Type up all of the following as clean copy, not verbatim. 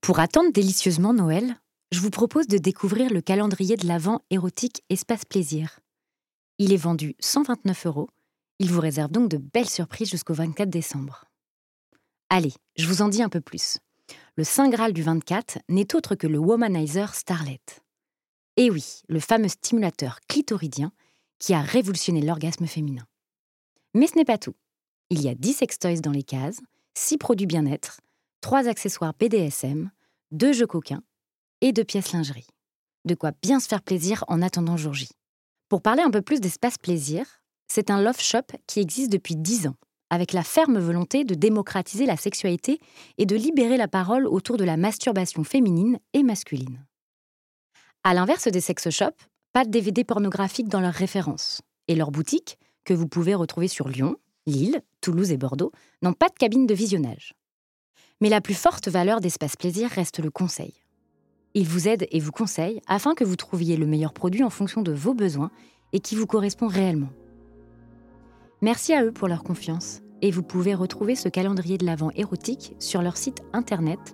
Pour attendre délicieusement Noël, je vous propose de découvrir le calendrier de l'Avent érotique Espace Plaisir. Il est vendu 129 €. Il vous réserve donc de belles surprises jusqu'au 24 décembre. Allez, je vous en dis un peu plus. Le Saint Graal du 24 n'est autre que le Womanizer Starlet. Et oui, le fameux stimulateur clitoridien qui a révolutionné l'orgasme féminin. Mais ce n'est pas tout. Il y a 10 sextoys dans les cases, 6 produits bien-être, 3 accessoires BDSM, 2 jeux coquins et 2 pièces lingerie. De quoi bien se faire plaisir en attendant jour J. Pour parler un peu plus d'Espace Plaisir, c'est un love shop qui existe depuis 10 ans, avec la ferme volonté de démocratiser la sexualité et de libérer la parole autour de la masturbation féminine et masculine. À l'inverse des sex shops, pas de DVD pornographiques dans leurs références. Et leurs boutiques, que vous pouvez retrouver sur Lyon, Lille, Toulouse et Bordeaux, n'ont pas de cabine de visionnage. Mais la plus forte valeur d'Espace Plaisir reste le conseil. Ils vous aident et vous conseillent afin que vous trouviez le meilleur produit en fonction de vos besoins et qui vous correspond réellement. Merci à eux pour leur confiance et vous pouvez retrouver ce calendrier de l'Avent érotique sur leur site internet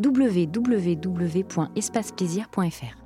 www.espaceplaisir.fr.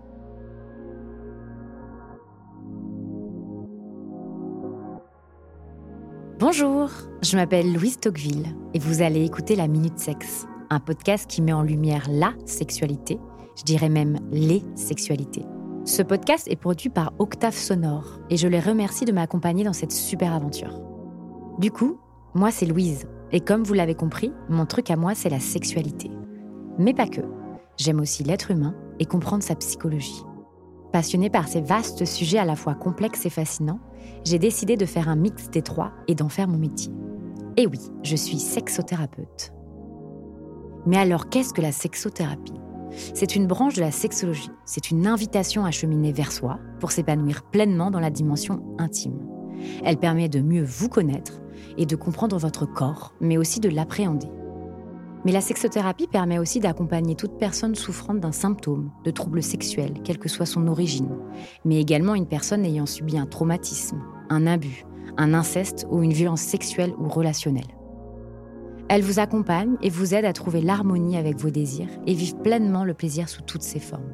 Bonjour, je m'appelle Louise Tocqueville et vous allez écouter La Minute Sexe, un podcast qui met en lumière la sexualité, je dirais même les sexualités. Ce podcast est produit par Octave Sonore et je les remercie de m'accompagner dans cette super aventure. Du coup, moi c'est Louise et comme vous l'avez compris, mon truc à moi c'est la sexualité. Mais pas que, j'aime aussi l'être humain et comprendre sa psychologie. Passionnée par ces vastes sujets à la fois complexes et fascinants, j'ai décidé de faire un mix des trois et d'en faire mon métier. Et oui, je suis sexothérapeute. Mais alors, qu'est-ce que la sexothérapie ? C'est une branche de la sexologie. C'est une invitation à cheminer vers soi pour s'épanouir pleinement dans la dimension intime. Elle permet de mieux vous connaître et de comprendre votre corps, mais aussi de l'appréhender. Mais la sexothérapie permet aussi d'accompagner toute personne souffrant d'un symptôme, de troubles sexuels, quelle que soit son origine, mais également une personne ayant subi un traumatisme, un abus, un inceste ou une violence sexuelle ou relationnelle. Elle vous accompagne et vous aide à trouver l'harmonie avec vos désirs et vivre pleinement le plaisir sous toutes ses formes.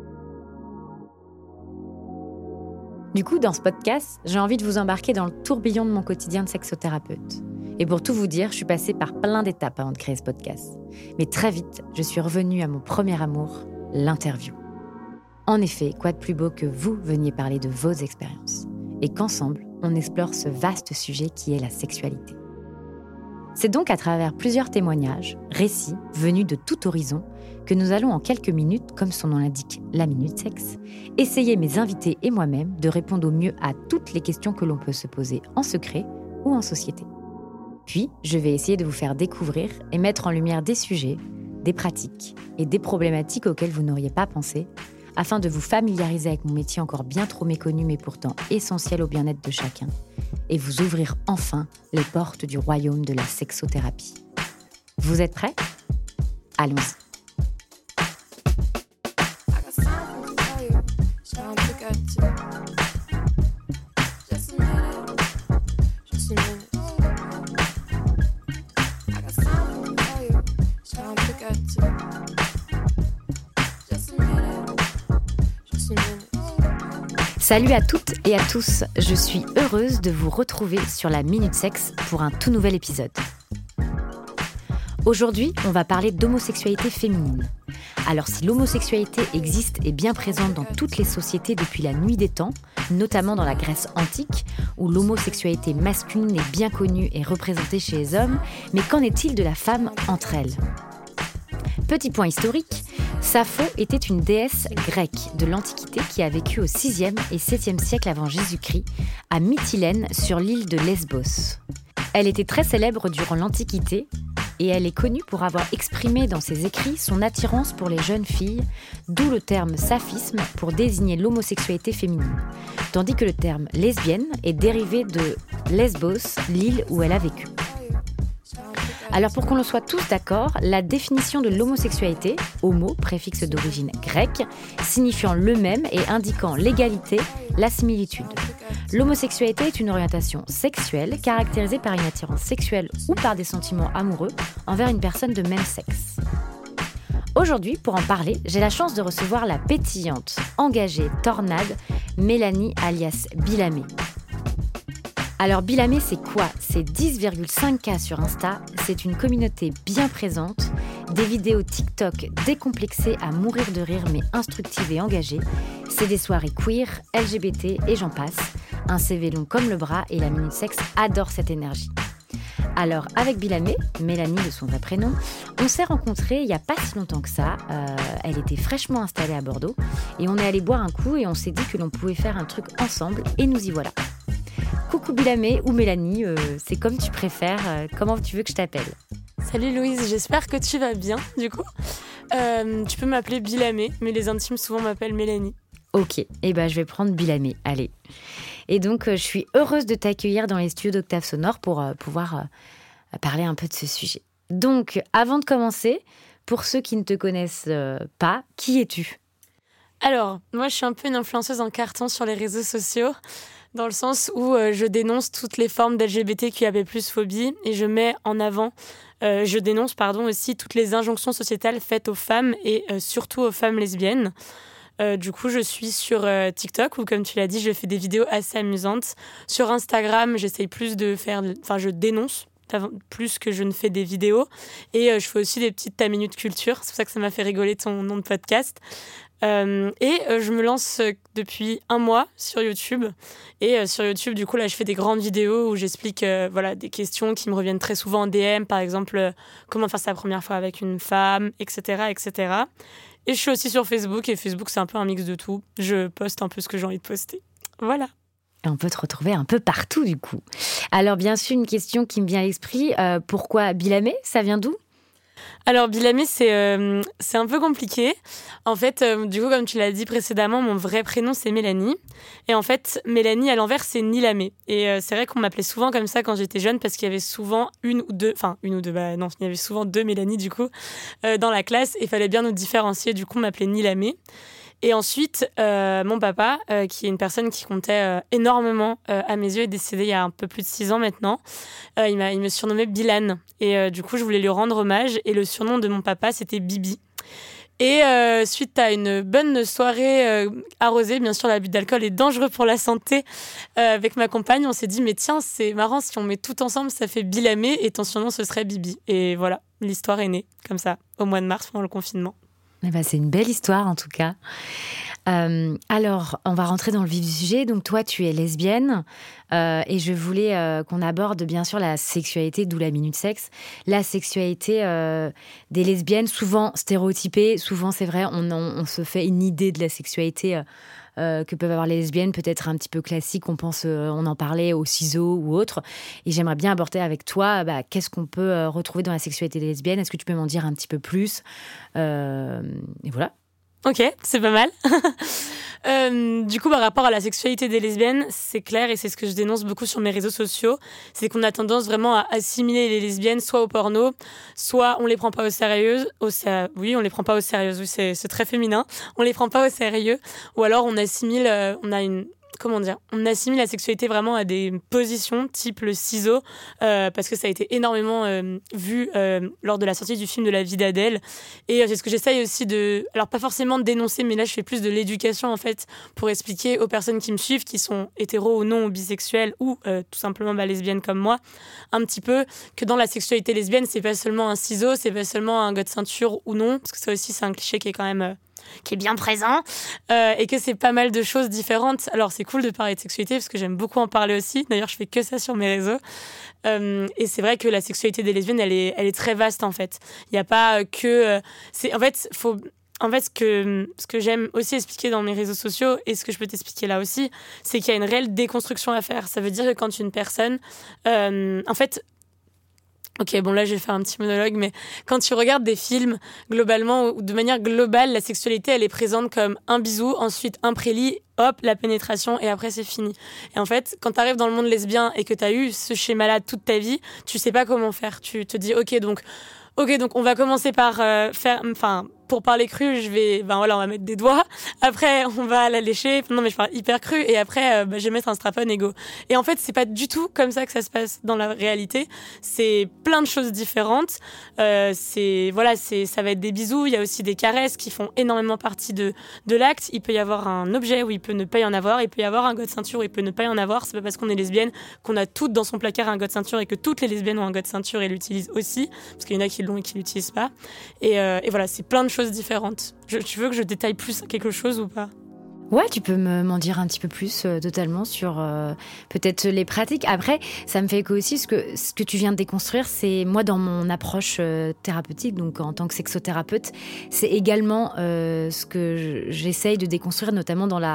Du coup, dans ce podcast, j'ai envie de vous embarquer dans le tourbillon de mon quotidien de sexothérapeute. Et pour tout vous dire, je suis passée par plein d'étapes avant de créer ce podcast. Mais très vite, je suis revenue à mon premier amour, l'interview. En effet, quoi de plus beau que vous veniez parler de vos expériences et qu'ensemble, on explore ce vaste sujet qui est la sexualité. C'est donc à travers plusieurs témoignages, récits, venus de tout horizon, que nous allons en quelques minutes, comme son nom l'indique, la Minute Sexe, essayer mes invités et moi-même de répondre au mieux à toutes les questions que l'on peut se poser en secret ou en société. Puis, je vais essayer de vous faire découvrir et mettre en lumière des sujets, des pratiques et des problématiques auxquelles vous n'auriez pas pensé, afin de vous familiariser avec mon métier encore bien trop méconnu mais pourtant essentiel au bien-être de chacun, et vous ouvrir enfin les portes du royaume de la sexothérapie. Vous êtes prêts ? Allons-y. Salut à toutes et à tous, je suis heureuse de vous retrouver sur la Minute Sexe pour un tout nouvel épisode. Aujourd'hui, on va parler d'homosexualité féminine. Alors si l'homosexualité existe et bien présente dans toutes les sociétés depuis la nuit des temps, notamment dans la Grèce antique, où l'homosexualité masculine est bien connue et représentée chez les hommes, mais qu'en est-il de la femme entre elles ? Petit point historique, Sappho était une déesse grecque de l'Antiquité qui a vécu au 6e et 7e siècle avant Jésus-Christ à Mytilène sur l'île de Lesbos. Elle était très célèbre durant l'Antiquité et elle est connue pour avoir exprimé dans ses écrits son attirance pour les jeunes filles, d'où le terme sapphisme pour désigner l'homosexualité féminine, tandis que le terme lesbienne est dérivé de Lesbos, l'île où elle a vécu. Alors pour qu'on le soit tous d'accord, la définition de l'homosexualité, homo, préfixe d'origine grecque, signifiant le même et indiquant l'égalité, la similitude. L'homosexualité est une orientation sexuelle caractérisée par une attirance sexuelle ou par des sentiments amoureux envers une personne de même sexe. Aujourd'hui, pour en parler, j'ai la chance de recevoir la pétillante, engagée, tornade, Mélanie alias Bilamé. Alors Bilamé, c'est quoi ? C'est 10,5K sur Insta, c'est une communauté bien présente, des vidéos TikTok décomplexées à mourir de rire mais instructives et engagées, c'est des soirées queer, LGBT et j'en passe, un CV long comme le bras et la Minute Sexe adore cette énergie. Alors avec Bilamé, Mélanie de son vrai prénom, on s'est rencontrés il n'y a pas si longtemps que ça, elle était fraîchement installée à Bordeaux et on est allé boire un coup et on s'est dit que l'on pouvait faire un truc ensemble et nous y voilà. Coucou Bilamé ou Mélanie, c'est comme tu préfères, comment tu veux que je t'appelle ? Salut Louise, j'espère que tu vas bien du coup. Tu peux m'appeler Bilamé, mais les intimes souvent m'appellent Mélanie. Ok, je vais prendre Bilamé, allez. Et donc je suis heureuse de t'accueillir dans les studios d'Octave Sonore pour pouvoir parler un peu de ce sujet. Donc avant de commencer, pour ceux qui ne te connaissent pas, qui es-tu ? Alors, moi je suis un peu une influenceuse en carton sur les réseaux sociaux, dans le sens où je dénonce toutes les formes d'LGBTQIA+ phobie et je mets en avant, je dénonce aussi toutes les injonctions sociétales faites aux femmes et surtout aux femmes lesbiennes. Du coup, je suis sur TikTok où, comme tu l'as dit, je fais des vidéos assez amusantes. Sur Instagram, j'essaye plus je dénonce plus que je ne fais des vidéos. Et je fais aussi des petites ta minute culture. C'est pour ça que ça m'a fait rigoler ton nom de podcast. Je me lance depuis 1 mois sur YouTube. Et sur YouTube, du coup, là, je fais des grandes vidéos où j'explique des questions qui me reviennent très souvent en DM. Par exemple, comment faire sa première fois avec une femme, etc., etc. Et je suis aussi sur Facebook. Et Facebook, c'est un peu un mix de tout. Je poste un peu ce que j'ai envie de poster. Voilà. Et on peut te retrouver un peu partout, du coup. Alors, bien sûr, une question qui me vient à l'esprit. Pourquoi Bilamé ? Ça vient d'où ? Alors, Bilamé, c'est un peu compliqué. En fait, du coup, comme tu l'as dit précédemment, mon vrai prénom, c'est Mélanie. Et en fait, Mélanie, à l'envers, c'est Nilamé. Et c'est vrai qu'on m'appelait souvent comme ça quand j'étais jeune parce qu'il y avait souvent il y avait souvent 2 Mélanie, du coup, dans la classe. Et il fallait bien nous différencier. Du coup, on m'appelait Nilamé. Et ensuite, mon papa, qui est une personne qui comptait énormément à mes yeux, est décédé il y a un peu plus de 6 ans maintenant. Il me surnommait Bilane. Et du coup, je voulais lui rendre hommage. Et le surnom de mon papa, c'était Bibi. Et suite à une bonne soirée arrosée, bien sûr, l'abus d'alcool est dangereux pour la santé, avec ma compagne, on s'est dit, mais tiens, c'est marrant, si on met tout ensemble, ça fait Bilamé et ton surnom, ce serait Bibi. Et voilà, l'histoire est née comme ça, au mois de mars, pendant le confinement. C'est une belle histoire en tout cas. Alors, on va rentrer dans le vif du sujet. Donc toi, tu es lesbienne et je voulais qu'on aborde bien sûr la sexualité, d'où la Minute Sexe. La sexualité des lesbiennes, souvent stéréotypée, souvent c'est vrai, on se fait une idée de la sexualité que peuvent avoir les lesbiennes, peut-être un petit peu classique, on en parlait au ciseau ou autre. Et j'aimerais bien aborder avec toi, qu'est-ce qu'on peut retrouver dans la sexualité des lesbiennes ? Est-ce que tu peux m'en dire un petit peu plus ? Et voilà. Ok, c'est pas mal. Du coup, par rapport à la sexualité des lesbiennes, c'est clair et c'est ce que je dénonce beaucoup sur mes réseaux sociaux, c'est qu'on a tendance vraiment à assimiler les lesbiennes soit au porno, soit on les prend pas au sérieux. Oui, on les prend pas au sérieux. Oui, c'est très féminin. On les prend pas au sérieux. Ou alors on assimile, on assimile la sexualité vraiment à des positions type le ciseau, parce que ça a été énormément vu lors de la sortie du film de La vie d'Adèle. Et c'est ce que j'essaye aussi alors pas forcément de dénoncer, mais là je fais plus de l'éducation en fait, pour expliquer aux personnes qui me suivent, qui sont hétéros ou non, ou bisexuelles, ou tout simplement lesbiennes comme moi, un petit peu que dans la sexualité lesbienne, c'est pas seulement un ciseau, c'est pas seulement un gars de ceinture ou non, parce que ça aussi c'est un cliché qui est quand même... qui est bien présent, et que c'est pas mal de choses différentes. Alors, c'est cool de parler de sexualité, parce que j'aime beaucoup en parler aussi. D'ailleurs, je fais que ça sur mes réseaux. Et c'est vrai que la sexualité des lesbiennes, elle est très vaste, en fait. Il n'y a pas que... ce que j'aime aussi expliquer dans mes réseaux sociaux, et ce que je peux t'expliquer là aussi, c'est qu'il y a une réelle déconstruction à faire. Ça veut dire que quand une personne... Ok, bon là je vais faire un petit monologue, mais quand tu regardes des films, globalement, ou de manière globale, la sexualité elle est présente comme un bisou, ensuite un prélit, hop, la pénétration, et après c'est fini. Et en fait, quand t'arrives dans le monde lesbien et que t'as eu ce schéma-là toute ta vie, tu sais pas comment faire. Tu te dis, ok, donc on va commencer par pour parler cru, on va mettre des doigts. Après, on va la lécher. Non, mais je parle hyper cru. Et après, je vais mettre un strap-on et go. Et en fait, c'est pas du tout comme ça que ça se passe dans la réalité. C'est plein de choses différentes. Ça va être des bisous. Il y a aussi des caresses qui font énormément partie de l'acte. Il peut y avoir un objet où il peut ne pas y en avoir. Il peut y avoir un god ceinture où il peut ne pas y en avoir. C'est pas parce qu'on est lesbienne qu'on a toutes dans son placard un god ceinture et que toutes les lesbiennes ont un god ceinture et l'utilisent aussi. Parce qu'il y en a qui l'ont et qui l'utilisent pas. Et voilà, c'est plein de choses différentes. Tu veux que je détaille plus quelque chose ou pas ? Ouais, tu peux m'en dire un petit peu plus totalement sur peut-être les pratiques. Après, ça me fait écho aussi, ce que tu viens de déconstruire, c'est moi dans mon approche thérapeutique, donc en tant que sexothérapeute, c'est également ce que j'essaye de déconstruire, notamment dans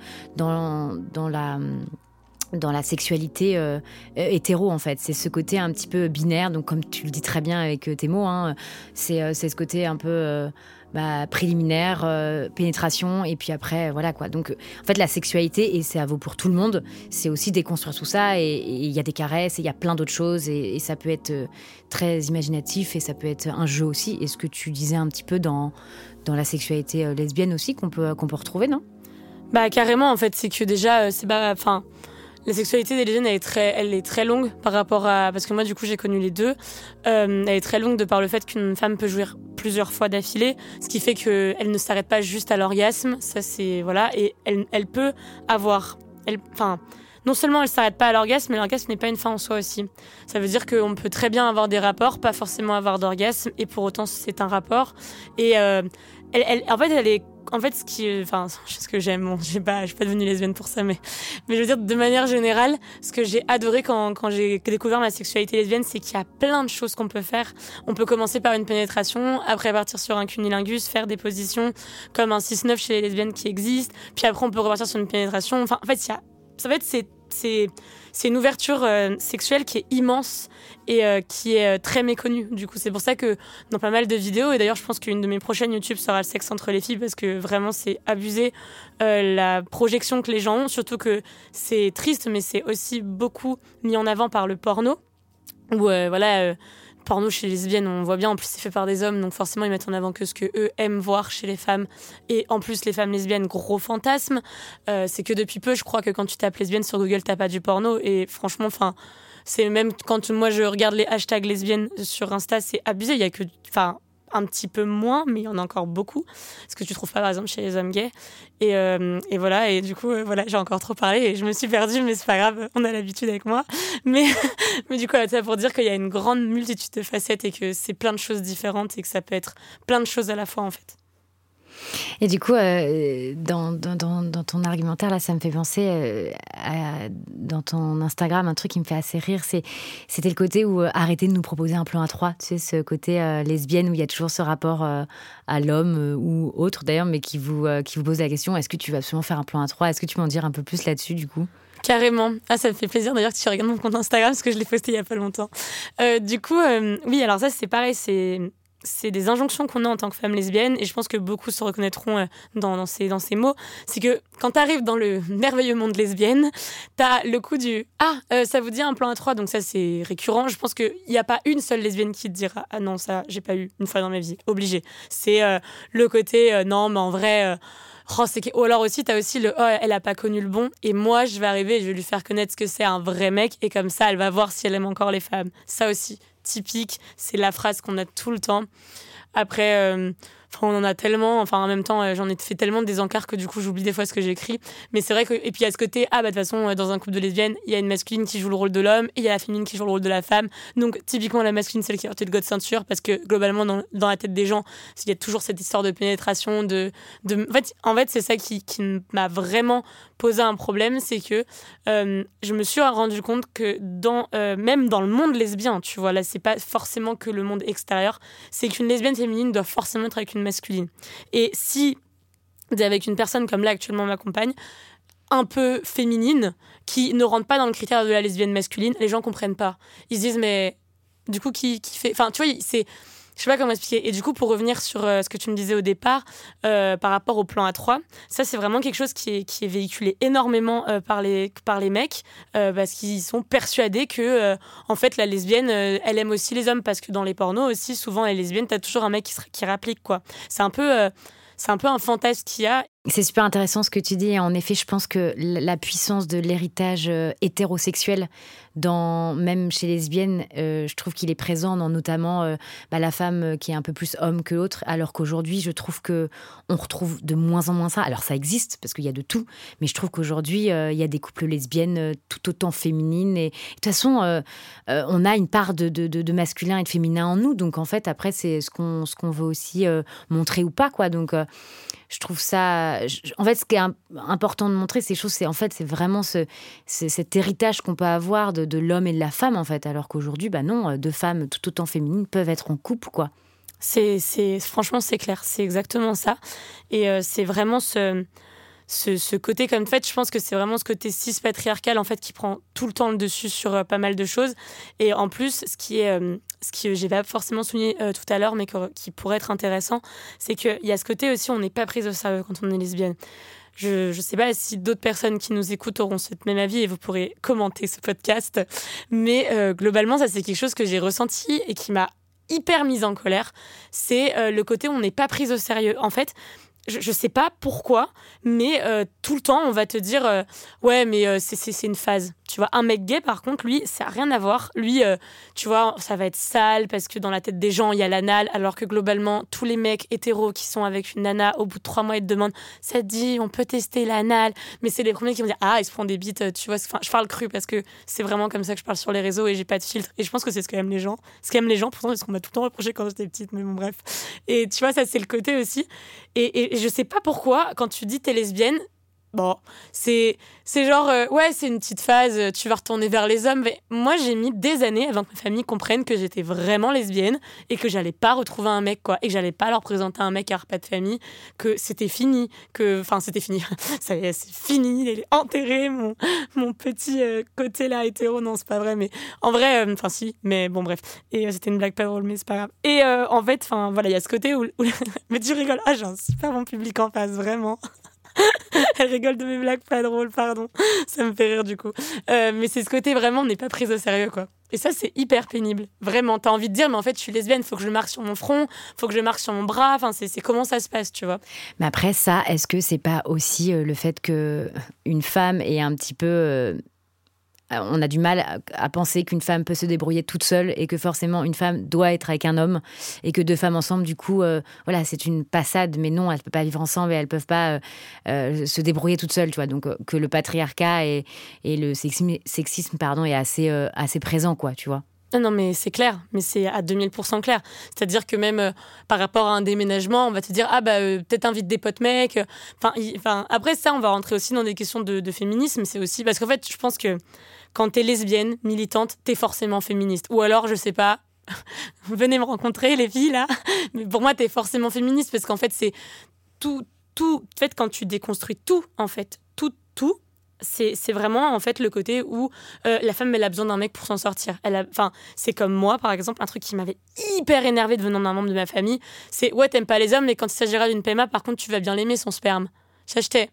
la sexualité hétéro, en fait. C'est ce côté un petit peu binaire, donc comme tu le dis très bien avec tes mots, c'est ce côté un peu préliminaire, pénétration, et puis après, voilà quoi. Donc, en fait, la sexualité, et ça vaut pour tout le monde, c'est aussi déconstruire tout ça, et il y a des caresses, et il y a plein d'autres choses, et ça peut être très imaginatif, et ça peut être un jeu aussi. Et ce que tu disais un petit peu dans la sexualité lesbienne aussi, qu'on peut retrouver, non ? Carrément, en fait, c'est que déjà, la sexualité des lesbiennes, elle est très longue par rapport à... Parce que moi, du coup, j'ai connu les deux. Elle est très longue de par le fait qu'une femme peut jouir plusieurs fois d'affilée, ce qui fait qu'elle ne s'arrête pas juste à l'orgasme. Ça, c'est... Voilà. Et elle peut avoir... non seulement elle ne s'arrête pas à l'orgasme, mais l'orgasme n'est pas une fin en soi aussi. Ça veut dire qu'on peut très bien avoir des rapports, pas forcément avoir d'orgasme, et pour autant, c'est un rapport. Et en fait, ce que j'aime, bon, je suis pas devenue lesbienne pour ça, mais je veux dire, de manière générale, ce que j'ai adoré quand j'ai découvert ma sexualité lesbienne, c'est qu'il y a plein de choses qu'on peut faire. On peut commencer par une pénétration, après partir sur un cunnilingus, faire des positions comme un 6-9 chez les lesbiennes qui existent, puis après on peut repartir sur une pénétration. Enfin, en fait, c'est une ouverture sexuelle qui est immense et qui est très méconnue. Du coup, c'est pour ça que dans pas mal de vidéos, et d'ailleurs, je pense qu'une de mes prochaines YouTube sera le sexe entre les filles, parce que vraiment, c'est abusé la projection que les gens ont, surtout que c'est triste, mais c'est aussi beaucoup mis en avant par le porno, où porno chez les lesbiennes, on voit bien, en plus c'est fait par des hommes, donc forcément ils mettent en avant que ce que eux aiment voir chez les femmes, et en plus les femmes lesbiennes, gros fantasme. C'est que depuis peu, je crois que quand tu tapes lesbienne sur Google, t'as pas du porno, et franchement, c'est même quand moi je regarde les hashtags lesbiennes sur Insta, c'est abusé, il y a que, un petit peu moins, mais il y en a encore beaucoup, ce que tu trouves pas par exemple chez les hommes gays. Et voilà, et du coup, j'ai encore trop parlé et je me suis perdue, mais c'est pas grave, on a l'habitude avec moi. Mais du coup, ça pour dire qu'il y a une grande multitude de facettes et que c'est plein de choses différentes et que ça peut être plein de choses à la fois en fait. Et du coup, dans ton argumentaire, là, ça me fait penser dans ton Instagram, un truc qui me fait assez rire, c'était le côté où arrêtez de nous proposer un plan à trois, tu sais, ce côté lesbienne où il y a toujours ce rapport à l'homme ou autre d'ailleurs, mais qui vous pose la question, est-ce que tu vas absolument faire un plan à trois ? Est-ce que tu peux en dire un peu plus là-dessus, du coup ? Carrément. Ah, ça me fait plaisir d'ailleurs que tu regardes mon compte Instagram, parce que je l'ai posté il y a pas longtemps. Du coup, oui, alors ça, c'est pareil, c'est des injonctions qu'on a en tant que femme lesbienne, et je pense que beaucoup se reconnaîtront dans ces mots. C'est que quand t'arrives dans le merveilleux monde lesbienne, t'as le coup du « Ah, ça vous dit un plan à trois ?» Donc ça, c'est récurrent. Je pense qu'il n'y a pas une seule lesbienne qui te dira « Ah non, ça, j'ai pas eu une fois dans ma vie. » Obligé. C'est le côté non, mais en vrai... ou alors aussi, t'as aussi le « Oh, elle a pas connu le bon. » Et moi, je vais arriver et je vais lui faire connaître ce que c'est un vrai mec. Et comme ça, elle va voir si elle aime encore les femmes. Ça aussi, typique. C'est la phrase qu'on a tout le temps. Après, on en a tellement. Enfin, en même temps, j'en ai fait tellement des encarts que du coup, j'oublie des fois ce que j'écris. Mais c'est vrai que... Et puis, il y a ce côté, de toute façon, dans un couple de lesbiennes, il y a une masculine qui joue le rôle de l'homme et il y a la féminine qui joue le rôle de la femme. Donc, typiquement, la masculine, c'est celle qui a porté le god ceinture, parce que globalement, dans la tête des gens, il y a toujours cette histoire de pénétration, En fait, c'est ça qui m'a vraiment posé un problème, c'est que je me suis rendu compte que même dans le monde lesbien, tu vois, là, c'est pas forcément que le monde extérieur, c'est qu'une lesbienne féminine doit forcément être avec une masculine. Et si t'es avec une personne comme là actuellement ma compagne, un peu féminine, qui ne rentre pas dans le critère de la lesbienne masculine, les gens comprennent pas. Ils se disent, mais du coup, qui fait... Enfin, tu vois, je sais pas comment expliquer. Et du coup, pour revenir sur ce que tu me disais au départ, par rapport au plan A3, ça, c'est vraiment quelque chose qui est véhiculé énormément par les mecs, parce qu'ils sont persuadés que, en fait, la lesbienne, elle aime aussi les hommes, parce que dans les pornos aussi, souvent, les lesbiennes, t'as toujours un mec qui réplique, quoi. C'est un peu un fantasme qu'il y a. C'est super intéressant ce que tu dis. En effet, je pense que la puissance de l'héritage hétérosexuel, même chez les lesbiennes, je trouve qu'il est présent dans notamment la femme qui est un peu plus homme que l'autre, alors qu'aujourd'hui, je trouve qu'on retrouve de moins en moins ça. Alors ça existe, parce qu'il y a de tout, mais je trouve qu'aujourd'hui, il y a des couples lesbiennes tout autant féminines. Et de toute façon, on a une part de masculin et de féminin en nous. Donc en fait, après, c'est ce qu'on veut aussi montrer ou pas, quoi. Donc je trouve ça... En fait, ce qui est important de montrer ces choses, c'est vraiment cet héritage qu'on peut avoir de l'homme et de la femme, en fait. Alors qu'aujourd'hui, non, deux femmes tout autant féminines peuvent être en couple, quoi. Franchement, c'est clair. C'est exactement ça. Et c'est vraiment ce côté, comme fait, je pense que c'est vraiment ce côté cis-patriarcal, en fait, qui prend tout le temps le dessus sur pas mal de choses. Et en plus, ce que j'ai pas forcément souligné tout à l'heure, mais qui pourrait être intéressant, c'est qu'il y a ce côté aussi, on n'est pas prise au sérieux quand on est lesbienne. Je sais pas si d'autres personnes qui nous écoutent auront ce même avis et vous pourrez commenter ce podcast. Mais globalement, ça, c'est quelque chose que j'ai ressenti et qui m'a hyper mise en colère. C'est le côté où on n'est pas prise au sérieux. En fait, je sais pas pourquoi, mais tout le temps, on va te dire ouais, mais c'est une phase. Tu vois, un mec gay, par contre, lui, ça n'a rien à voir. Lui, tu vois, ça va être sale parce que dans la tête des gens, il y a l'anal, alors que globalement, tous les mecs hétéros qui sont avec une nana, au bout de 3 mois, ils te demandent ça te dit, on peut tester l'anal. Mais c'est les premiers qui vont dire ah, il se prend des bites, tu vois. Enfin, je parle cru parce que c'est vraiment comme ça que je parle sur les réseaux et j'ai pas de filtre. Et je pense que c'est ce qu'aiment les gens. Pourtant, c'est ce qu'on m'a tout le temps reproché quand j'étais petite, mais bon, bref. Et tu vois, ça, c'est le côté aussi. Et je sais pas pourquoi, quand tu dis t'es lesbienne, bon, c'est genre, ouais, c'est une petite phase, tu vas retourner vers les hommes. Mais moi, j'ai mis des années avant que ma famille comprenne que j'étais vraiment lesbienne et que j'allais pas retrouver un mec, quoi. Et que j'allais pas leur présenter un mec à repas de famille, que c'était fini, c'était fini. Ça y est, c'est fini, il est enterré, mon petit côté là hétéro. Non, c'est pas vrai, mais en vrai, si, mais bon, bref. Et c'était une blague pas drôle, mais c'est pas grave. Et en fait, voilà, il y a ce côté où... Mais tu rigoles, j'ai un super bon public en face, vraiment. Elle rigole de mes blagues pas drôles, pardon. Ça me fait rire du coup. Mais c'est ce côté vraiment, on n'est pas prise au sérieux, quoi. Et ça, c'est hyper pénible. Vraiment, t'as envie de dire, mais en fait, je suis lesbienne, faut que je le marque sur mon front, faut que je le marque sur mon bras. Enfin, c'est comment ça se passe, tu vois. Mais après, ça, est-ce que c'est pas aussi le fait qu'une femme est un petit peu... on a du mal à penser qu'une femme peut se débrouiller toute seule et que forcément une femme doit être avec un homme et que deux femmes ensemble, du coup, voilà, c'est une passade, mais non, elles ne peuvent pas vivre ensemble et elles ne peuvent pas se débrouiller toutes seules, tu vois. Donc, que le patriarcat et le sexisme est assez présent, quoi, tu vois. Non, mais c'est clair, mais c'est à 2000% clair. C'est-à-dire que même par rapport à un déménagement, on va te dire peut-être invite des potes mecs. Après ça, on va rentrer aussi dans des questions de féminisme. C'est aussi parce qu'en fait, je pense que quand t'es lesbienne, militante, t'es forcément féministe. Ou alors, je sais pas, venez me rencontrer les filles là. Mais pour moi, t'es forcément féministe parce qu'en fait, c'est tout. En fait, quand tu déconstruis tout, en fait, tout. C'est vraiment en fait le côté où la femme elle a besoin d'un mec pour s'en sortir. C'est comme moi par exemple, un truc qui m'avait hyper énervé devenant un membre de ma famille, c'est ouais, t'aimes pas les hommes, mais quand il s'agira d'une PMA, par contre tu vas bien l'aimer son sperme. J'achetais.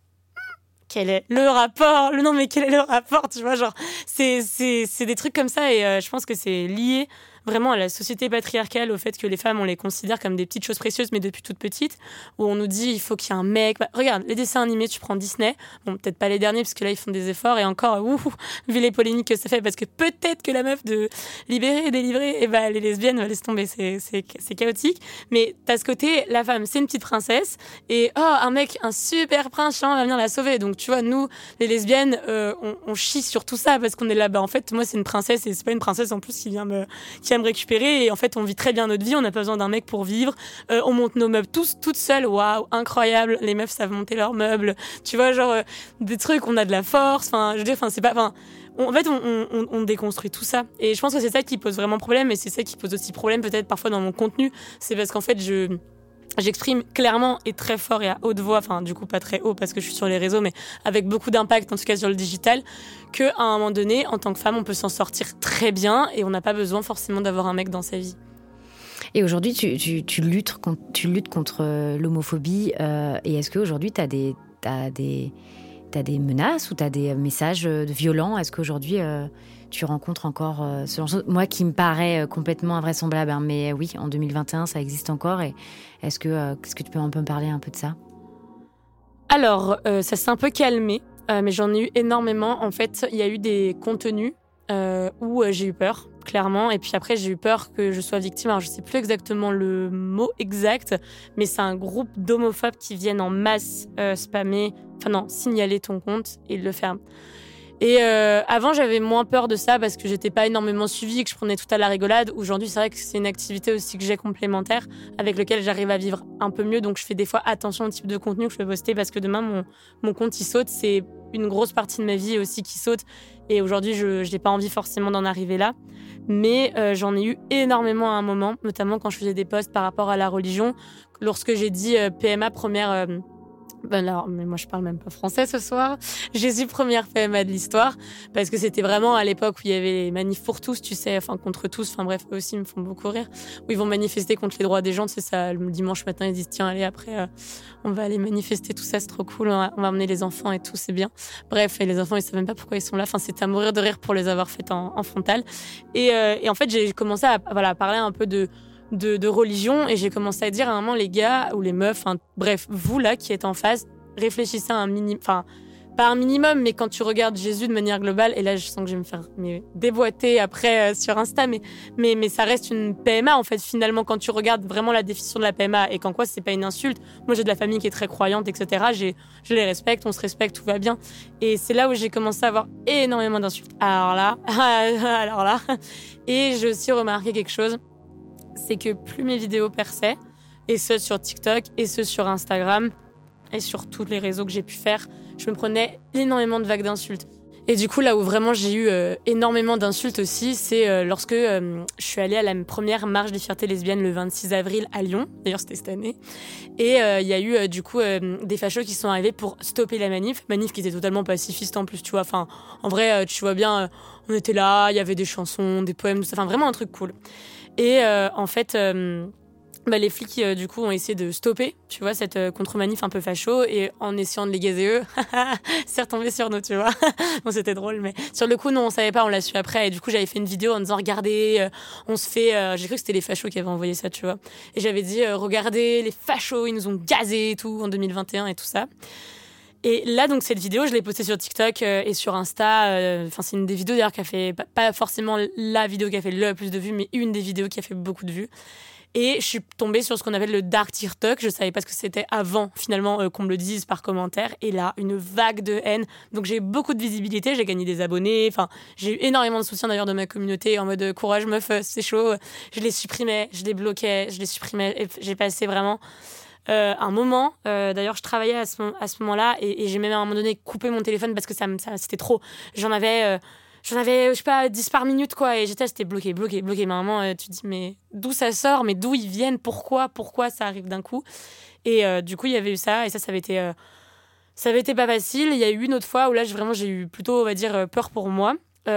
Quel est le rapport ? Non mais quel est le rapport ? Tu vois, genre c'est des trucs comme ça et je pense que c'est lié vraiment à la société patriarcale, au fait que les femmes, on les considère comme des petites choses précieuses, mais depuis toutes petites, où on nous dit il faut qu'il y ait un mec. Regarde, les dessins animés, tu prends Disney, bon, peut-être pas les derniers, parce que là, ils font des efforts, et encore, vu les polémiques que ça fait, parce que peut-être que la meuf de Libérée et Délivrée, elle est lesbienne, laisse tomber, c'est chaotique. Mais t'as ce côté, la femme, c'est une petite princesse, et un mec, un super prince charmant va venir la sauver. Donc, tu vois, nous, les lesbiennes, on chie sur tout ça, parce qu'on est là, en fait, moi, c'est une princesse, et c'est pas une princesse en plus qui vient me récupérer, et en fait on vit très bien notre vie, on n'a pas besoin d'un mec pour vivre, on monte nos meubles toutes seules, waouh, incroyable, les meufs savent monter leurs meubles, tu vois, genre des trucs, on a de la force, c'est pas, en fait on déconstruit tout ça, et je pense que c'est ça qui pose vraiment problème, et c'est ça qui pose aussi problème peut-être parfois dans mon contenu, c'est parce qu'en fait j'exprime clairement et très fort et à haute voix, du coup pas très haut parce que je suis sur les réseaux, mais avec beaucoup d'impact en tout cas sur le digital, qu'à un moment donné, en tant que femme, on peut s'en sortir très bien et on n'a pas besoin forcément d'avoir un mec dans sa vie. Et aujourd'hui, tu luttes contre l'homophobie. Et est-ce qu'aujourd'hui, t'as des menaces ou t'as des messages violents? Est-ce qu'aujourd'hui, tu rencontres encore ce genre de choses? Moi, qui me paraît complètement invraisemblable, hein, mais oui, en 2021, ça existe encore. Et est-ce que tu peux un peu me parler un peu de ça? Alors, ça s'est un peu calmé, mais j'en ai eu énormément. En fait, il y a eu des contenus où j'ai eu peur, clairement. Et puis après, j'ai eu peur que je sois victime. Alors, je sais plus exactement le mot exact, mais c'est un groupe d'homophobes qui viennent en masse signaler ton compte et le ferment. Et avant, j'avais moins peur de ça parce que j'étais pas énormément suivie et que je prenais tout à la rigolade. Aujourd'hui, c'est vrai que c'est une activité aussi que j'ai complémentaire avec laquelle j'arrive à vivre un peu mieux. Donc, je fais des fois attention au type de contenu que je peux poster parce que demain, mon compte, il saute. C'est une grosse partie de ma vie aussi qui saute. Et aujourd'hui, je n'ai pas envie forcément d'en arriver là. Mais j'en ai eu énormément à un moment, notamment quand je faisais des posts par rapport à la religion. Lorsque j'ai dit PMA première... mais moi je parle même pas français ce soir. Jésus première PMA de l'histoire parce que c'était vraiment à l'époque où il y avait les manifs pour tous, tu sais, enfin contre tous, enfin bref, eux aussi me font beaucoup rire, où ils vont manifester contre les droits des gens, tu sais, ça le dimanche matin ils disent tiens allez après on va aller manifester, tout ça c'est trop cool, on va emmener les enfants et tout, c'est bien. Bref, et les enfants ils savent même pas pourquoi ils sont là, enfin c'était à mourir de rire pour les avoir fait en frontal. Et en fait j'ai commencé à parler un peu de religion et j'ai commencé à dire à un moment les gars ou les meufs, bref, vous là qui êtes en face, réfléchissez à un minimum, enfin pas un minimum, mais quand tu regardes Jésus de manière globale, et là je sens que je vais me faire déboîter après sur Insta, mais ça reste une PMA en fait finalement quand tu regardes vraiment la définition de la PMA et qu'en quoi c'est pas une insulte. Moi j'ai de la famille qui est très croyante, etc. Je les respecte, on se respecte, tout va bien. Et c'est là où j'ai commencé à avoir énormément d'insultes. Alors là, et j'ai aussi remarqué quelque chose. C'est que plus mes vidéos perçaient, et ce sur TikTok, et ce sur Instagram, et sur tous les réseaux que j'ai pu faire, je me prenais énormément de vagues d'insultes. Et du coup, là où vraiment j'ai eu énormément d'insultes aussi, c'est lorsque je suis allée à la première marche des fiertés lesbiennes le 26 avril à Lyon. D'ailleurs, c'était cette année. Et il y a eu des fachos qui sont arrivés pour stopper la manif qui était totalement pacifiste en plus, tu vois. Enfin, en vrai, tu vois bien, on était là, il y avait des chansons, des poèmes, tout ça. Enfin, vraiment un truc cool. Et en fait, les flics du coup ont essayé de stopper, tu vois, cette contre-manif un peu facho, et en essayant de les gazer eux, c'est retombé sur nous, tu vois. Bon, c'était drôle, mais sur le coup, non, on savait pas, on l'a su après. Et du coup, j'avais fait une vidéo en disant, regardez, on se fait... j'ai cru que c'était les fachos qui avaient envoyé ça, tu vois. Et j'avais dit, regardez, les fachos, ils nous ont gazés et tout, en 2021 et tout ça. Et là, donc, cette vidéo, je l'ai postée sur TikTok et sur Insta. C'est une des vidéos, d'ailleurs, qui a fait, pas forcément la vidéo qui a fait le plus de vues, mais une des vidéos qui a fait beaucoup de vues. Et je suis tombée sur ce qu'on appelle le dark TikTok. Je savais pas ce que c'était avant, finalement, qu'on me le dise par commentaire. Et là, une vague de haine. Donc, j'ai eu beaucoup de visibilité. J'ai gagné des abonnés. Enfin, j'ai eu énormément de soutien, d'ailleurs, de ma communauté en mode courage, meuf, c'est chaud. Je les supprimais, je les bloquais, je les supprimais. Et j'ai passé vraiment... un moment, d'ailleurs je travaillais à ce moment-là et j'ai même à un moment donné coupé mon téléphone parce que ça c'était trop. J'en avais je sais pas 10 par minute quoi, et j'étais bloquée. Mais à un moment tu te dis mais d'où ça sort, mais d'où ils viennent, pourquoi ça arrive d'un coup. Et du coup il y avait eu ça, et ça avait été pas facile. Il y a eu une autre fois où là j'ai eu plutôt, on va dire, peur pour moi.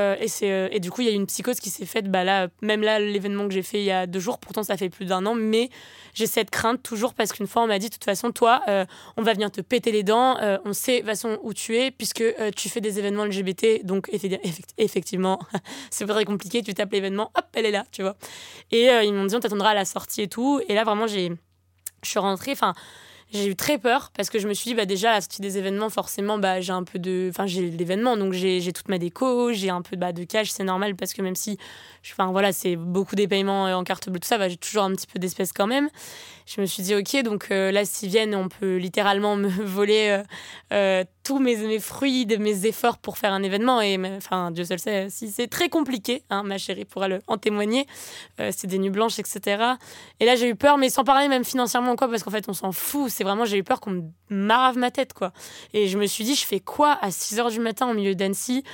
Et du coup il y a eu une psychose qui s'est faite même là l'événement que j'ai fait il y a 2 jours, pourtant ça fait plus d'1 an, mais j'ai cette crainte toujours parce qu'une fois on m'a dit de toute façon toi on va venir te péter les dents, on sait de toute façon où tu es puisque tu fais des événements LGBT, donc effectivement c'est pas très compliqué, tu tapes l'événement, hop elle est là, tu vois. Et ils m'ont dit on t'attendra à la sortie et tout, et là vraiment je suis rentrée, j'ai eu très peur parce que je me suis dit déjà à la sortie des événements forcément j'ai l'événement, donc j'ai toute ma déco, j'ai un peu de cash, c'est normal parce que même si c'est beaucoup des paiements en carte bleue tout ça, j'ai toujours un petit peu d'espèces quand même. Je me suis dit ok, donc là s'ils viennent on peut littéralement me voler tous mes fruits de mes efforts pour faire un événement, et Dieu seul sait si c'est très compliqué, hein, ma chérie pourra en témoigner, c'est des nuits blanches, etc. Et là j'ai eu peur, mais sans parler même financièrement quoi, parce qu'en fait on s'en fout, c'est vraiment j'ai eu peur qu'on me marave ma tête quoi. Et je me suis dit je fais quoi à 6h du matin au milieu d'Annecy.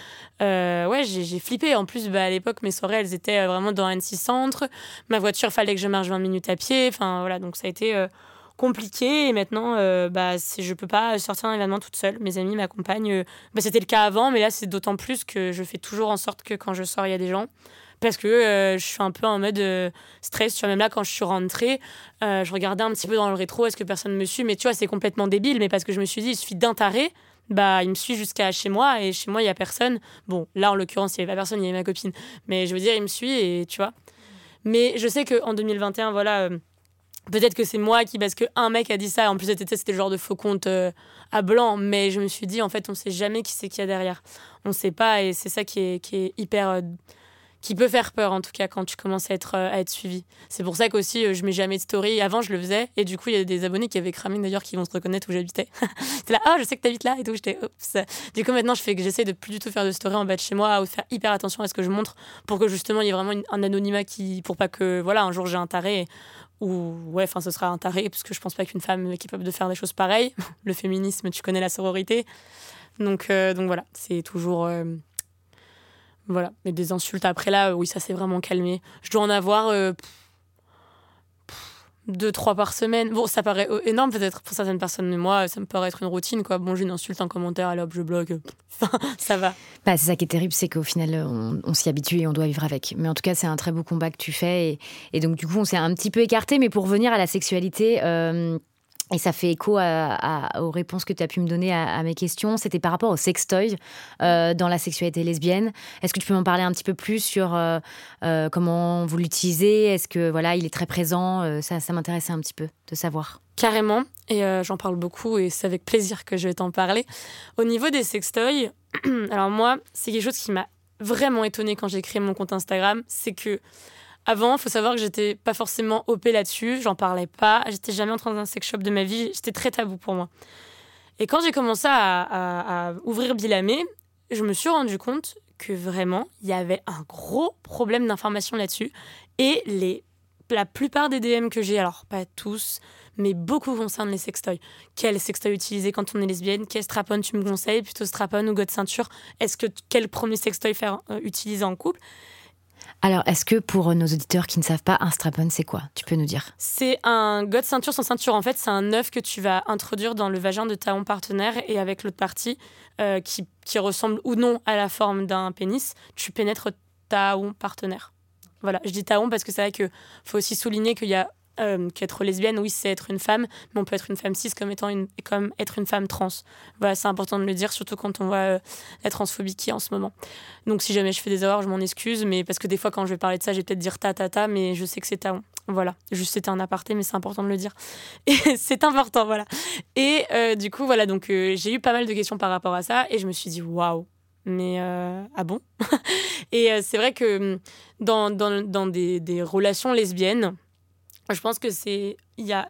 J'ai flippé. En plus à l'époque mes soirées elles étaient vraiment dans Annecy Centre, ma voiture fallait que je marche 20 minutes à pied, donc ça a été compliqué. Et maintenant je peux pas sortir un événement toute seule, mes amis m'accompagnent. C'était le cas avant, mais là c'est d'autant plus que je fais toujours en sorte que quand je sors il y a des gens, parce que je suis un peu en mode stress. Tu vois, même là, quand je suis rentrée, je regardais un petit peu dans le rétro, est-ce que personne me suit? Mais tu vois, c'est complètement débile, mais parce que je me suis dit, il suffit d'un taré, bah, il me suit jusqu'à chez moi, et chez moi, il n'y a personne. Bon, là, en l'occurrence, il n'y avait pas personne, il y avait ma copine. Mais je veux dire, il me suit, et tu vois. Mais je sais qu'en 2021, voilà, peut-être que c'est moi parce qu'un mec a dit ça, en plus c'était le genre de faux compte à blanc, mais je me suis dit, en fait, on ne sait jamais qui c'est qu'il y a derrière. On ne sait pas, et c'est ça qui est hyper... qui peut faire peur, en tout cas, quand tu commences à être suivi. C'est pour ça qu'aussi, je mets jamais de story. Avant, je le faisais, et du coup, il y a des abonnés qui avaient cramé, d'ailleurs, qui vont se reconnaître où j'habitais. C'était là, je sais que t'habites là, et tout. J'étais, oups. Du coup, maintenant, j'essaie de plus du tout faire de story en bas de chez moi, ou de faire hyper attention à ce que je montre, pour que, justement, il y ait vraiment un anonymat pour pas que, voilà, un jour, j'ai un taré, ou, ouais, enfin, ce sera un taré, parce que je pense pas qu'une femme est capable de faire des choses pareilles. Le féminisme, tu connais la sororité. Donc voilà, c'est toujours... Voilà, mais des insultes après là, oui, ça s'est vraiment calmé. Je dois en avoir 2-3 par semaine. Bon, ça paraît énorme peut-être pour certaines personnes, mais moi, ça me paraît être une routine, quoi. Bon, j'ai une insulte, un commentaire, allez hop, je bloque. Ça va. Bah, c'est ça qui est terrible, c'est qu'au final, on s'y habitue et on doit vivre avec. Mais en tout cas, c'est un très beau combat que tu fais. Et donc, du coup, on s'est un petit peu écarté. Mais pour revenir à la sexualité... Et ça fait écho aux réponses que tu as pu me donner à mes questions. C'était par rapport au sextoy dans la sexualité lesbienne. Est-ce que tu peux m'en parler un petit peu plus sur comment vous l'utilisez? Est-ce que voilà, il est très présent? Ça m'intéressait un petit peu de savoir. Carrément. Et j'en parle beaucoup et c'est avec plaisir que je vais t'en parler. Au niveau des sextoys, alors moi, c'est quelque chose qui m'a vraiment étonnée quand j'ai créé mon compte Instagram. C'est que avant, il faut savoir que j'étais pas forcément OP là-dessus, j'en parlais pas, j'étais jamais entrée dans un sex shop de ma vie, c'était très tabou pour moi. Et quand j'ai commencé à ouvrir Bilamé, je me suis rendu compte que vraiment, il y avait un gros problème d'information là-dessus. Et la plupart des DM que j'ai, alors pas tous, mais beaucoup concernent les sextoys. Quel sextoy utiliser quand on est lesbienne? Quel strap-on tu me conseilles? Plutôt strap-on ou god ceinture? Quel premier sextoy faire utiliser en couple? Alors, est-ce que pour nos auditeurs qui ne savent pas, un strap-on, c'est quoi? Tu peux nous dire? C'est un god ceinture sans ceinture. En fait, c'est un œuf que tu vas introduire dans le vagin de ta partenaire et avec l'autre partie qui ressemble ou non à la forme d'un pénis, tu pénètres ta partenaire. Voilà, je dis ta parce que c'est vrai qu'il faut aussi souligner qu'il y a qu'être lesbienne, oui, c'est être une femme, mais on peut être une femme cis comme être une femme trans. Voilà, c'est important de le dire, surtout quand on voit la transphobie qui est en ce moment. Donc si jamais je fais des erreurs, je m'en excuse, mais parce que des fois, quand je vais parler de ça, je vais peut-être dire ta, mais je sais que c'est ta. Voilà, juste c'était un aparté, mais c'est important de le dire. Et c'est important, voilà. Et du coup, voilà, donc j'ai eu pas mal de questions par rapport à ça, et je me suis dit, waouh, mais ah bon? Et c'est vrai que dans des relations lesbiennes, je pense que il y a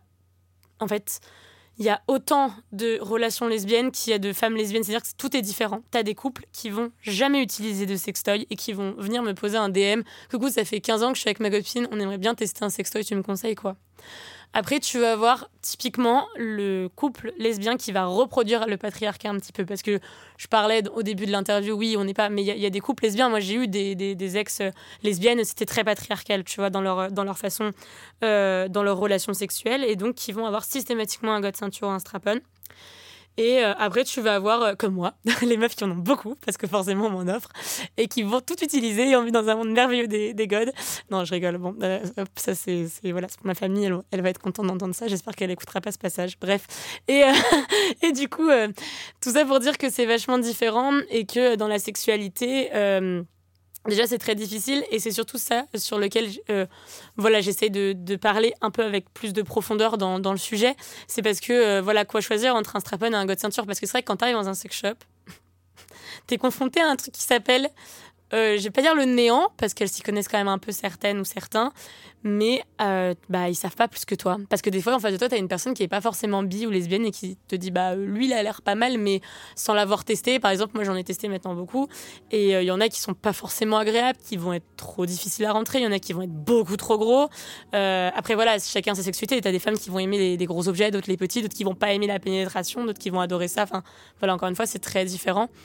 autant de relations lesbiennes qu'il y a de femmes lesbiennes. C'est-à-dire que tout est différent. T'as des couples qui vont jamais utiliser de sextoy et qui vont venir me poser un DM. Coucou, ça fait 15 ans que je suis avec ma copine, on aimerait bien tester un sextoy, tu me conseilles quoi? Après, tu vas avoir typiquement le couple lesbien qui va reproduire le patriarcat un petit peu. Parce que je parlais au début de l'interview, oui, on n'est pas... Mais il y a des couples lesbiens. Moi, j'ai eu des ex-lesbiennes, c'était très patriarcal, tu vois, dans leur façon, dans leur relation sexuelle. Et donc, qui vont avoir systématiquement un god ceinture ou un strap-on. Et après, tu vas avoir, comme moi, les meufs qui en ont beaucoup, parce que forcément, on m'en offre, et qui vont tout utiliser et on vit dans un monde merveilleux des godes. Non, je rigole. Bon, ça, voilà, c'est pour ma famille, elle va être contente d'entendre ça. J'espère qu'elle n'écoutera pas ce passage. Bref. Et du coup, tout ça pour dire que c'est vachement différent et que dans la sexualité... déjà, c'est très difficile et c'est surtout ça sur lequel j'essaie de parler un peu avec plus de profondeur dans le sujet. C'est parce que, quoi choisir entre un strap-on et un god ceinture? Parce que c'est vrai que quand t'arrives dans un sex shop, t'es confronté à un truc qui s'appelle, je vais pas dire le néant, parce qu'elles s'y connaissent quand même un peu certaines ou certains, mais ils savent pas plus que toi. Parce que des fois, en face de toi, t'as une personne qui est pas forcément bi ou lesbienne et qui te dit, lui, il a l'air pas mal, mais sans l'avoir testé. Par exemple, moi, j'en ai testé maintenant beaucoup. Et il y en a qui sont pas forcément agréables, qui vont être trop difficiles à rentrer. Il y en a qui vont être beaucoup trop gros. Après, voilà, chacun sa sexualité. T'as des femmes qui vont aimer les gros objets, d'autres les petits, d'autres qui vont pas aimer la pénétration, d'autres qui vont adorer ça. Enfin, voilà, encore une fois, c'est très différent.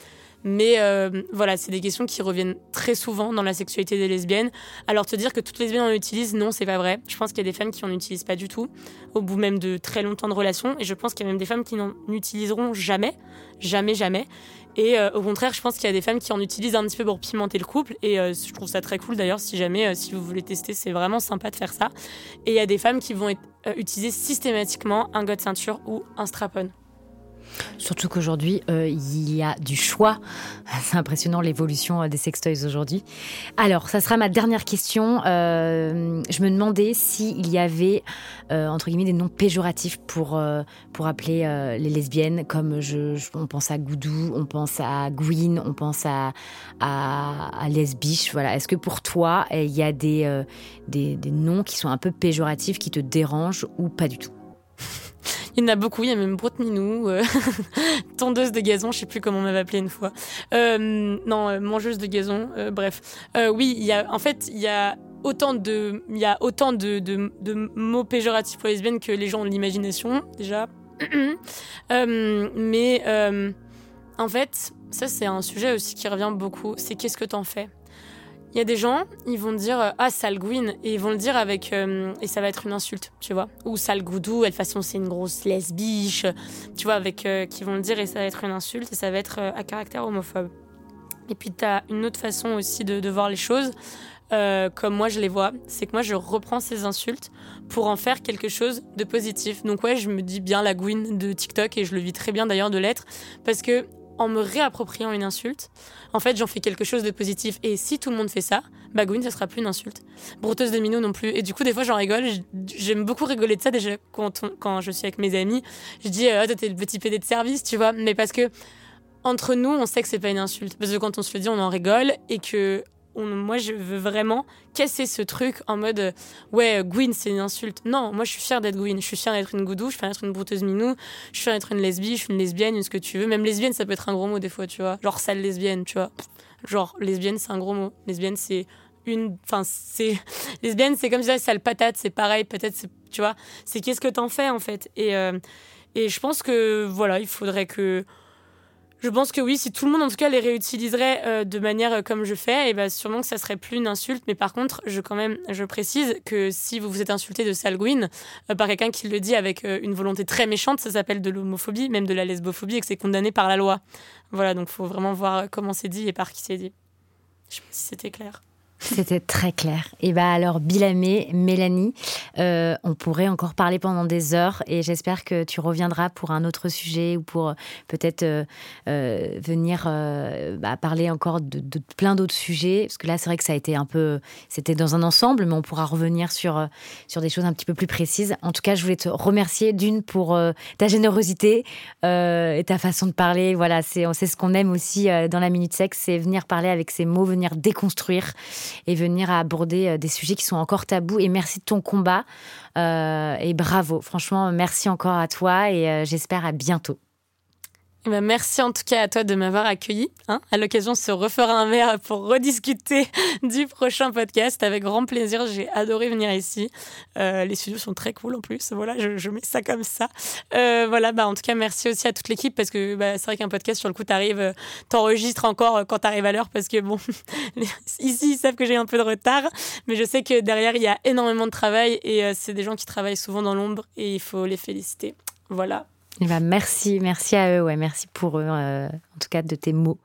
Mais voilà, c'est des questions qui reviennent très souvent dans la sexualité des lesbiennes. Alors te dire que toutes les lesbiennes en utilisent, non, c'est pas vrai. Je pense qu'il y a des femmes qui en utilisent pas du tout, au bout même de très longtemps de relation. Et je pense qu'il y a même des femmes qui n'en utiliseront jamais. Jamais, jamais. Et au contraire, je pense qu'il y a des femmes qui en utilisent un petit peu pour pimenter le couple. Et je trouve ça très cool d'ailleurs, si jamais, si vous voulez tester, c'est vraiment sympa de faire ça. Et il y a des femmes qui vont utiliser systématiquement un god ceinture ou un strap-on. Surtout qu'aujourd'hui, il y a du choix. C'est impressionnant l'évolution des sextoys aujourd'hui. Alors, ça sera ma dernière question. Je me demandais s'il y avait, entre guillemets, des noms péjoratifs pour appeler les lesbiennes, comme on pense à goudou, on pense à gouine, on pense à lesbiche. Voilà. Est-ce que pour toi, il y a des noms qui sont un peu péjoratifs, qui te dérangent ou pas du tout? Il y en a beaucoup, il y a même broute-minou, tondeuse de gazon, je sais plus comment on m'avait appelé une fois. Mangeuse de gazon, bref. Oui, il y a autant de mots péjoratifs pour les lesbiennes que les gens ont de l'imagination, déjà. En fait, ça c'est un sujet aussi qui revient beaucoup, c'est qu'est-ce que t'en fais ? Il y a des gens, ils vont dire « Ah, sale gouine » et ils vont le dire avec... et ça va être une insulte, tu vois. Ou « sale goudou », de toute façon, c'est une grosse lesbiche, tu vois, qui vont le dire et ça va être une insulte et ça va être à caractère homophobe. Et puis, t'as une autre façon aussi de voir les choses, comme moi je les vois, c'est que moi, je reprends ces insultes pour en faire quelque chose de positif. Donc ouais, je me dis bien la gouine de TikTok et je le vis très bien d'ailleurs de l'être, parce que en me réappropriant une insulte, en fait, j'en fais quelque chose de positif. Et si tout le monde fait ça, bah gouine, ça sera plus une insulte. Brouteuse de minot non plus. Et du coup, des fois, j'en rigole. J'aime beaucoup rigoler de ça déjà quand je suis avec mes amis. Je dis, toi, t'es le petit PD de service, tu vois. Mais parce que entre nous, on sait que c'est pas une insulte. Parce que quand on se le dit, on en rigole et que moi, je veux vraiment casser ce truc en mode ouais, gouine, c'est une insulte. Non, moi, je suis fière d'être gouine. Je suis fière d'être une goudou, je suis fière d'être une brouteuse minou, je suis fière d'être une lesbienne, je suis une lesbienne, ce que tu veux. Même lesbienne, ça peut être un gros mot des fois, tu vois. Genre sale lesbienne, tu vois. Genre lesbienne, c'est un gros mot. Lesbienne, c'est lesbienne, c'est comme ça, sale patate, c'est pareil, peut-être, tu vois. C'est qu'est-ce que t'en fais, en fait. Et je pense que, voilà, il faudrait que... Je pense que oui, si tout le monde en tout cas les réutiliserait de manière comme je fais, et ben sûrement que ça serait plus une insulte. Mais par contre, je précise que si vous vous êtes insulté de sale gouine par quelqu'un qui le dit avec une volonté très méchante, ça s'appelle de l'homophobie, même de la lesbophobie, et que c'est condamné par la loi. Voilà, donc faut vraiment voir comment c'est dit et par qui c'est dit. Je sais pas si c'était clair. C'était très clair. Et bah alors, Bilamé, Mélanie, on pourrait encore parler pendant des heures et j'espère que tu reviendras pour un autre sujet ou pour peut-être venir parler encore de plein d'autres sujets. Parce que là, c'est vrai que ça a été c'était dans un ensemble, mais on pourra revenir sur des choses un petit peu plus précises. En tout cas, je voulais te remercier pour ta générosité et ta façon de parler. Voilà, c'est ce qu'on aime aussi dans la Minute Sexe, c'est venir parler avec ces mots, venir déconstruire et venir à aborder des sujets qui sont encore tabous. Et merci de ton combat et bravo. Franchement, merci encore à toi et j'espère à bientôt. Eh ben merci en tout cas à toi de m'avoir accueilli. À l'occasion, on se refera un verre pour rediscuter du prochain podcast. Avec grand plaisir, j'ai adoré venir ici. Les studios sont très cool en plus. Voilà, je mets ça comme ça. En tout cas, merci aussi à toute l'équipe parce que c'est vrai qu'un podcast, sur le coup, t'enregistres encore quand t'arrives à l'heure parce que bon, ici, ils savent que j'ai un peu de retard. Mais je sais que derrière, il y a énormément de travail et c'est des gens qui travaillent souvent dans l'ombre et il faut les féliciter. Voilà. Merci à eux, ouais, merci pour eux, en tout cas de tes mots.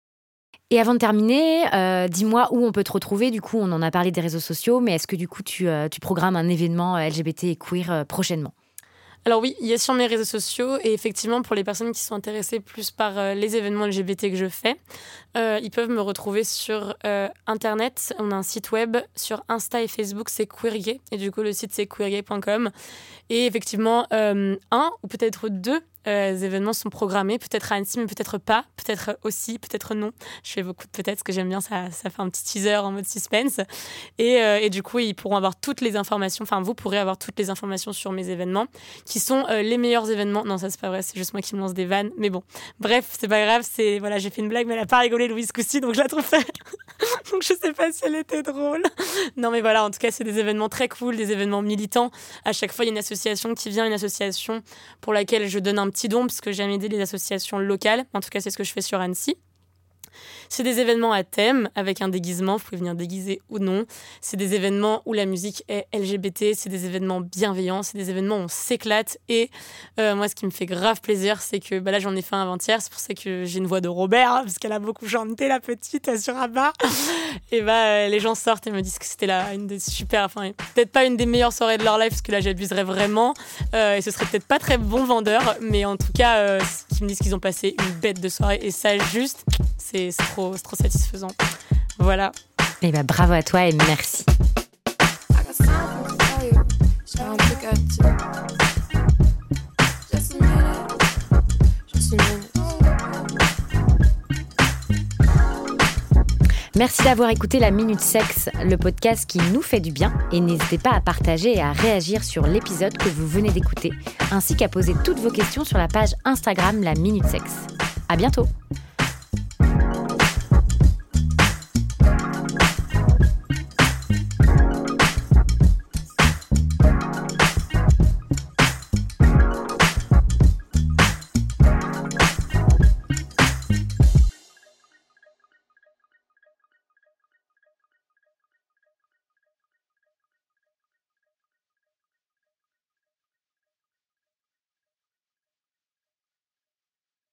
Et avant de terminer, dis-moi où on peut te retrouver. Du coup, on en a parlé des réseaux sociaux, mais est-ce que du coup tu programmes un événement LGBT et queer prochainement ? Alors oui, il y a sur mes réseaux sociaux et effectivement pour les personnes qui sont intéressées plus par les événements LGBT que je fais, ils peuvent me retrouver sur internet. On a un site web, sur Insta et Facebook, c'est queergay et du coup le site c'est queergay.com et effectivement un ou peut-être deux événements sont programmés, peut-être à Annecy mais peut-être pas, peut-être aussi, peut-être non. Je fais beaucoup de peut-être parce que j'aime bien, ça fait un petit teaser en mode suspense et du coup ils pourront avoir toutes les informations, enfin vous pourrez avoir toutes les informations sur mes événements qui sont les meilleurs événements. Non, ça c'est pas vrai, c'est juste moi qui me lance des vannes, mais bon, bref, c'est pas grave, voilà, j'ai fait une blague mais elle a pas rigolé Louise Coussi, donc je la trouve donc je sais pas si elle était drôle. Non mais voilà, en tout cas c'est des événements très cool, des événements militants. À chaque fois il y a une association qui vient, une association pour laquelle je donne un petit don parce que j'aime aider les associations locales. En tout cas, c'est ce que je fais sur Annecy. C'est des événements à thème, avec un déguisement, vous pouvez venir déguiser ou non. C'est des événements où la musique est LGBT, c'est des événements bienveillants, c'est des événements où on s'éclate. Et moi, ce qui me fait grave plaisir, c'est que là, j'en ai fait un avant-hier, c'est pour ça que j'ai une voix de Robert, parce qu'elle a beaucoup chanté, la petite, sur Abba. Et les gens sortent et me disent que c'était une des super, peut-être pas une des meilleures soirées de leur life, parce que là, j'abuserais vraiment. Et ce serait peut-être pas très bon vendeur, mais en tout cas, ils me disent qu'ils ont passé une bête de soirée. Et ça, juste, c'est trop satisfaisant. Voilà. Et bravo à toi et merci. Merci d'avoir écouté la Minute Sexe, le podcast qui nous fait du bien. Et n'hésitez pas à partager et à réagir sur l'épisode que vous venez d'écouter, ainsi qu'à poser toutes vos questions sur la page Instagram La Minute Sexe. À bientôt.